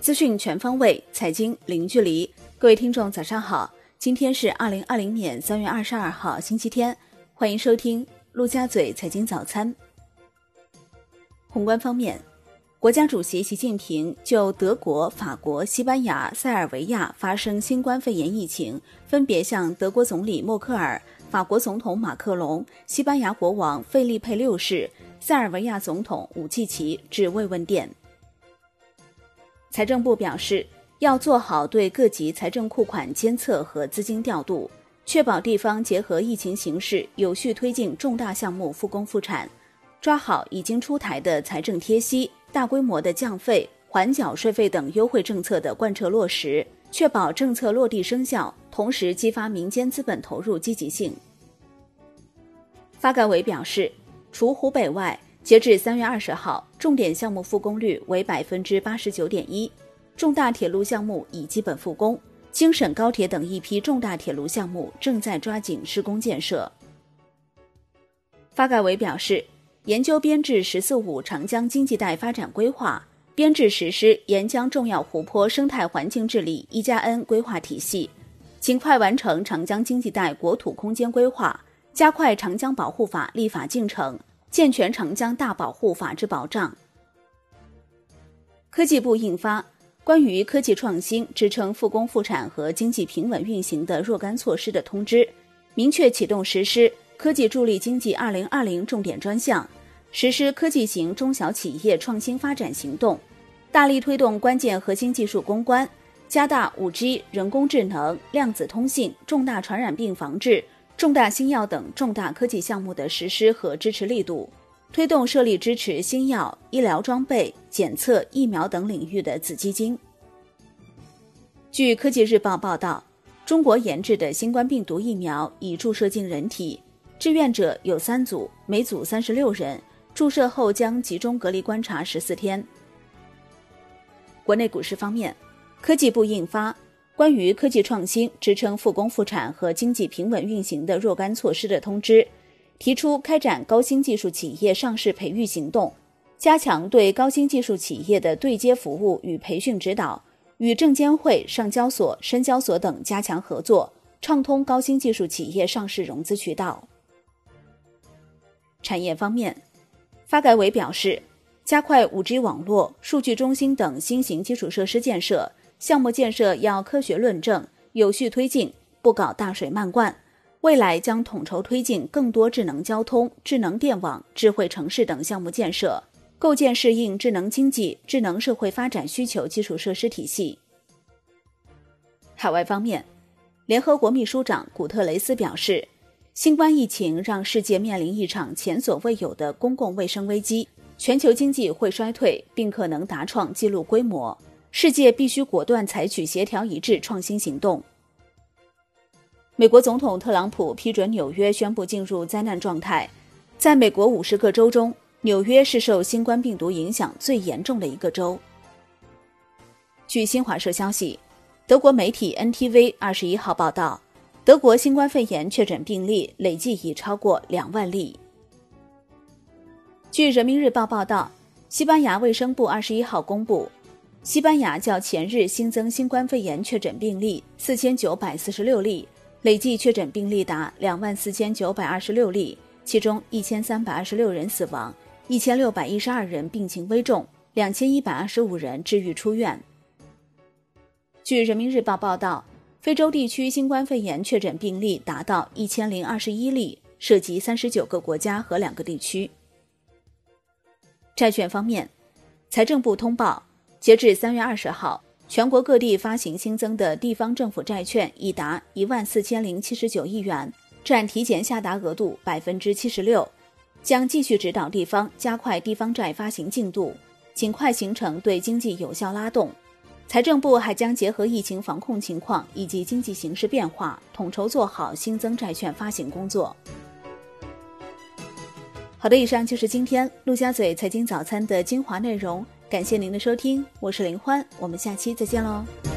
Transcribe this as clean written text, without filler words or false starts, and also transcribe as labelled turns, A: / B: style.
A: 资讯全方位，财经零距离。各位听众早上好，今天是2020年3月22号星期天，欢迎收听陆家嘴财经早餐。宏观方面，国家主席习近平就德国、法国、西班牙、塞尔维亚发生新冠肺炎疫情，分别向德国总理默克尔、法国总统马克龙、西班牙国王费利佩6世、塞尔维亚总统武契奇致慰问电。财政部表示，要做好对各级财政库款监测和资金调度，确保地方结合疫情形势，有序推进重大项目复工复产，抓好已经出台的财政贴息、大规模的降费、缓缴税费等优惠政策的贯彻落实，确保政策落地生效，同时激发民间资本投入积极性。发改委表示，除湖北外，截至3月20号，重点项目复工率为 89.1%， 重大铁路项目已基本复工，京沈高铁等一批重大铁路项目正在抓紧施工建设。发改委表示，研究编制“十四五”长江经济带发展规划，编制实施沿江重要湖泊生态环境治理1+N 规划体系，尽快完成长江经济带国土空间规划，加快长江保护法立法进程，健全长江大保护法治保障。科技部印发关于科技创新支撑复工复产和经济平稳运行的若干措施的通知，明确启动实施科技助力经济2020重点专项，实施科技型中小企业创新发展行动，大力推动关键核心技术攻关，加大 5G、人工智能、量子通信、重大传染病防治、重大新药等重大科技项目的实施和支持力度，推动设立支持新药、医疗装备、检测、疫苗等领域的子基金。据科技日报报道，中国研制的新冠病毒疫苗已注射进人体，志愿者有3组，每组36人，注射后将集中隔离观察14天。国内股市方面，科技部印发关于科技创新支撑复工复产和经济平稳运行的若干措施的通知，提出开展高新技术企业上市培育行动，加强对高新技术企业的对接服务与培训指导，与证监会、上交所、深交所等加强合作，畅通高新技术企业上市融资渠道。产业方面，发改委表示，加快 5G 网络、数据中心等新型基础设施建设，项目建设要科学论证，有序推进，不搞大水漫灌。未来将统筹推进更多智能交通、智能电网、智慧城市等项目建设，构建适应智能经济、智能社会发展需求基础设施体系。海外方面，联合国秘书长古特雷斯表示，新冠疫情让世界面临一场前所未有的公共卫生危机，全球经济会衰退，并可能达创纪录规模，世界必须果断采取协调一致创新行动。美国总统特朗普批准纽约宣布进入灾难状态，在美国50个州中，纽约是受新冠病毒影响最严重的一个州。据新华社消息，德国媒体 NTV 21号报道，德国新冠肺炎确诊病例累计已超过2万例。据人民日报报道，西班牙卫生部21号公布，西班牙较前日新增新冠肺炎确诊病例4946例，累计确诊病例达24926例，其中1326人死亡，1612人病情危重，2125人治愈出院。据人民日报报道，非洲地区新冠肺炎确诊病例达到1021例，涉及39个国家和2个地区。债券方面，财政部通报，截至3月20号，全国各地发行新增的地方政府债券已达14079亿元，占提前下达额度 76%， 将继续指导地方加快地方债发行进度，尽快形成对经济有效拉动。财政部还将结合疫情防控情况以及经济形势变化，统筹做好新增债券发行工作。好的，以上就是今天陆家嘴财经早餐的精华内容，感谢您的收听，我是林欢，我们下期再见喽。